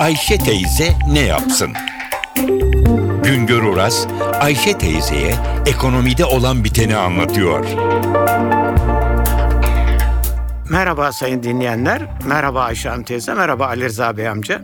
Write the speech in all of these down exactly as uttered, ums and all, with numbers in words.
Ayşe teyze ne yapsın? Güngör Oras, Ayşe teyzeye ekonomide olan biteni anlatıyor. Merhaba sayın dinleyenler, merhaba Ayşe Hanım teyze, merhaba Ali Rıza Bey amca.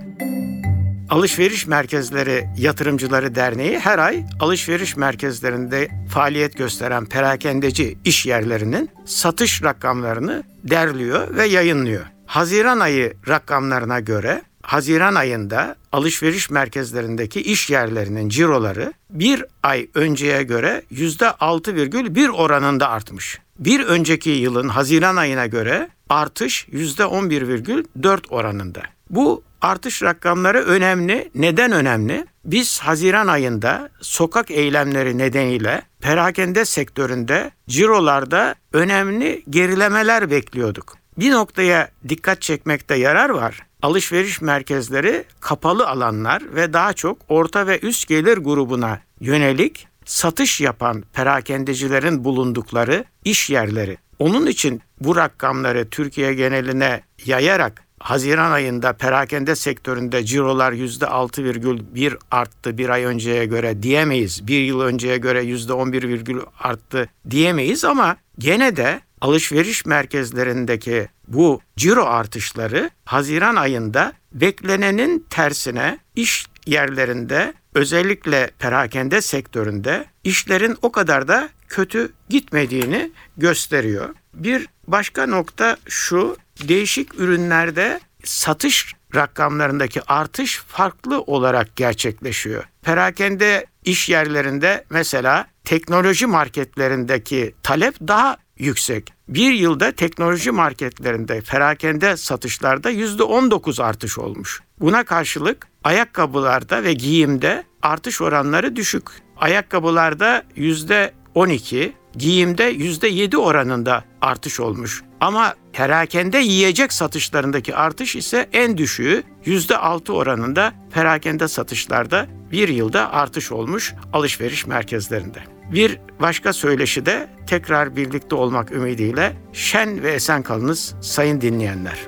Alışveriş Merkezleri Yatırımcıları Derneği her ay alışveriş merkezlerinde faaliyet gösteren perakendeci iş yerlerinin satış rakamlarını derliyor ve yayınlıyor. Haziran ayı rakamlarına göre Haziran ayında alışveriş merkezlerindeki iş yerlerinin ciroları bir ay önceye göre yüzde altı virgül bir oranında artmış. Bir önceki yılın Haziran ayına göre artış yüzde on bir virgül dört oranında. Bu artış rakamları önemli. Neden önemli? Biz Haziran ayında sokak eylemleri nedeniyle perakende sektöründe cirolarda önemli gerilemeler bekliyorduk. Bir noktaya dikkat çekmekte yarar var. Alışveriş merkezleri kapalı alanlar ve daha çok orta ve üst gelir grubuna yönelik satış yapan perakendecilerin bulundukları iş yerleri. Onun için bu rakamları Türkiye geneline yayarak Haziran ayında perakende sektöründe cirolar yüzde altı virgül bir arttı bir ay önceye göre diyemeyiz. Bir yıl önceye göre yüzde on bir virgül arttı diyemeyiz ama gene de alışveriş merkezlerindeki bu ciro artışları Haziran ayında beklenenin tersine iş yerlerinde, özellikle perakende sektöründe işlerin o kadar da kötü gitmediğini gösteriyor. Bir başka nokta şu, değişik ürünlerde satış rakamlarındaki artış farklı olarak gerçekleşiyor. Perakende iş yerlerinde mesela teknoloji marketlerindeki talep daha yüksek. Bir yılda teknoloji marketlerinde perakende satışlarda yüzde on dokuz artış olmuş. Buna karşılık ayakkabılarda ve giyimde artış oranları düşük. Ayakkabılarda yüzde on iki, giyimde yüzde yedi oranında artış olmuş. Ama perakende yiyecek satışlarındaki artış ise en düşüğü yüzde altı oranında perakende satışlarda bir yılda artış olmuş alışveriş merkezlerinde. Bir başka söyleşi de tekrar birlikte olmak ümidiyle şen ve esen kalınız sayın dinleyenler.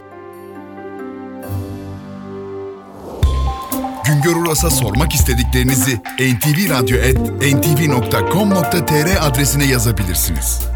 Güngör Oras'a sormak istediklerinizi en ti vi radyo et en ti vi nokta com nokta tr adresine yazabilirsiniz.